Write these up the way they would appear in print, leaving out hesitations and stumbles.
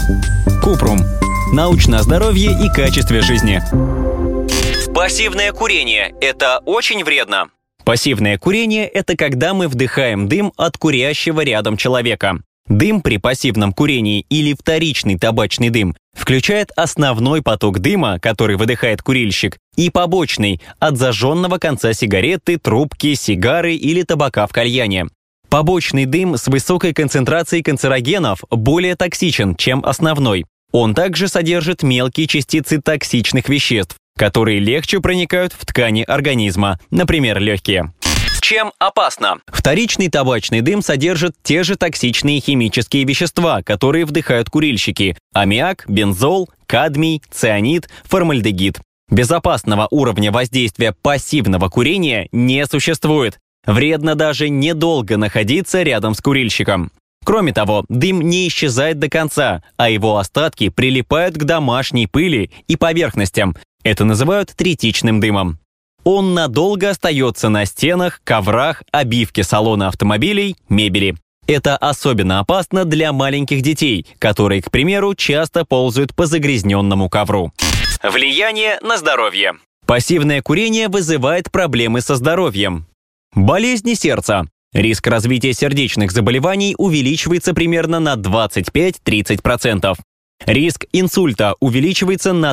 Купрум. Научное здоровье и качестве жизни. Пассивное курение – это очень вредно. Пассивное курение – это когда мы вдыхаем дым от курящего рядом человека. Дым при пассивном курении или вторичный табачный дым включает основной поток дыма, который выдыхает курильщик, и побочный от зажженного конца сигареты, трубки, сигары или табака в кальяне. Побочный дым с высокой концентрацией канцерогенов более токсичен, чем основной. Он также содержит мелкие частицы токсичных веществ, которые легче проникают в ткани организма, например, легкие. Чем опасно? Вторичный табачный дым содержит те же токсичные химические вещества, которые вдыхают курильщики – аммиак, бензол, кадмий, цианид, формальдегид. Безопасного уровня воздействия пассивного курения не существует. Вредно даже недолго находиться рядом с курильщиком. Кроме того, дым не исчезает до конца, а его остатки прилипают к домашней пыли и поверхностям. Это называют третичным дымом. Он надолго остается на стенах, коврах, обивке салона автомобилей, мебели. Это особенно опасно для маленьких детей, которые, к примеру, часто ползают по загрязненному ковру. Влияние на здоровье. Пассивное курение вызывает проблемы со здоровьем. Болезни сердца. Риск развития сердечных заболеваний увеличивается примерно на 25-30%. Риск инсульта увеличивается на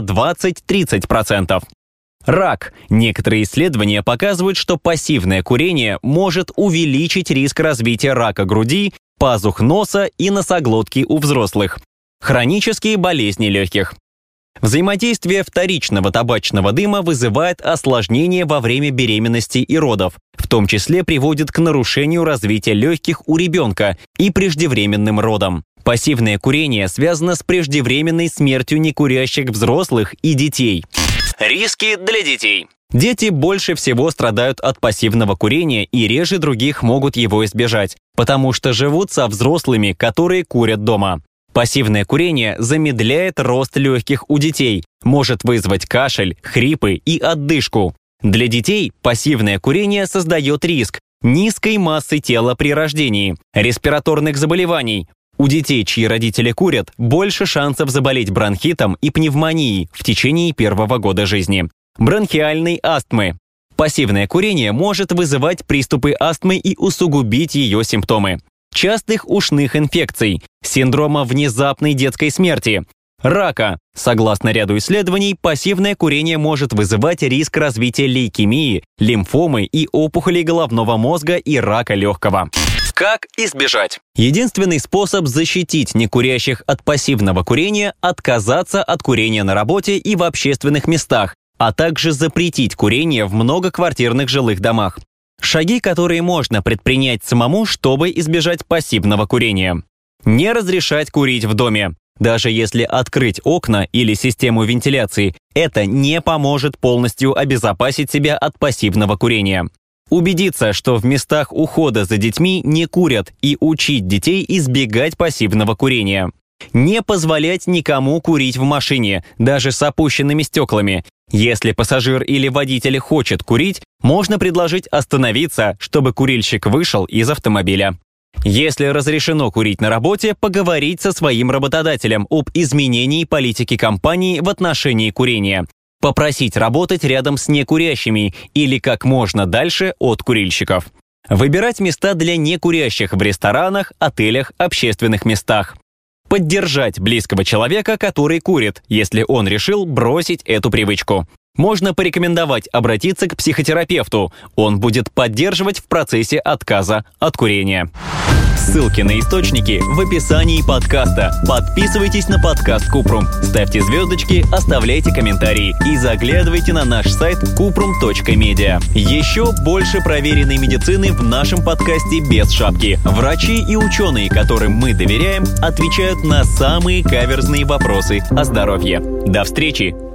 20-30%. Рак. Некоторые исследования показывают, что пассивное курение может увеличить риск развития рака груди, пазух носа и носоглотки у взрослых. Хронические болезни легких. Взаимодействие вторичного табачного дыма вызывает осложнения во время беременности и родов, в том числе приводит к нарушению развития легких у ребенка и преждевременным родам. Пассивное курение связано с преждевременной смертью некурящих взрослых и детей. Риски для детей. Дети больше всего страдают от пассивного курения и реже других могут его избежать, потому что живут со взрослыми, которые курят дома. Пассивное курение замедляет рост легких у детей, может вызвать кашель, хрипы и отдышку. Для детей пассивное курение создает риск низкой массы тела при рождении, респираторных заболеваний. У детей, чьи родители курят, больше шансов заболеть бронхитом и пневмонией в течение первого года жизни. Бронхиальной астмы. Пассивное курение может вызывать приступы астмы и усугубить ее симптомы. Частых ушных инфекций, синдрома внезапной детской смерти, рака. Согласно ряду исследований, пассивное курение может вызывать риск развития лейкемии, лимфомы и опухолей головного мозга и рака легкого. Как избежать? Единственный способ защитить некурящих от пассивного курения – отказаться от курения на работе и в общественных местах, а также запретить курение в многоквартирных жилых домах. Шаги, которые можно предпринять самому, чтобы избежать пассивного курения. Не разрешать курить в доме. Даже если открыть окна или систему вентиляции, это не поможет полностью обезопасить себя от пассивного курения. Убедиться, что в местах ухода за детьми не курят, и учить детей избегать пассивного курения. Не позволять никому курить в машине, даже с опущенными стеклами. Если пассажир или водитель хочет курить, можно предложить остановиться, чтобы курильщик вышел из автомобиля. Если разрешено курить на работе, поговорить со своим работодателем об изменении политики компании в отношении курения. Попросить работать рядом с некурящими или как можно дальше от курильщиков. Выбирать места для некурящих в ресторанах, отелях, общественных местах. Поддержать близкого человека, который курит, если он решил бросить эту привычку. Можно порекомендовать обратиться к психотерапевту. Он будет поддерживать в процессе отказа от курения. Ссылки на источники в описании подкаста. Подписывайтесь на подкаст Купрум, ставьте звездочки, оставляйте комментарии и заглядывайте на наш сайт kuprum.media. Еще больше проверенной медицины в нашем подкасте без шапки. Врачи и ученые, которым мы доверяем, отвечают на самые каверзные вопросы о здоровье. До встречи!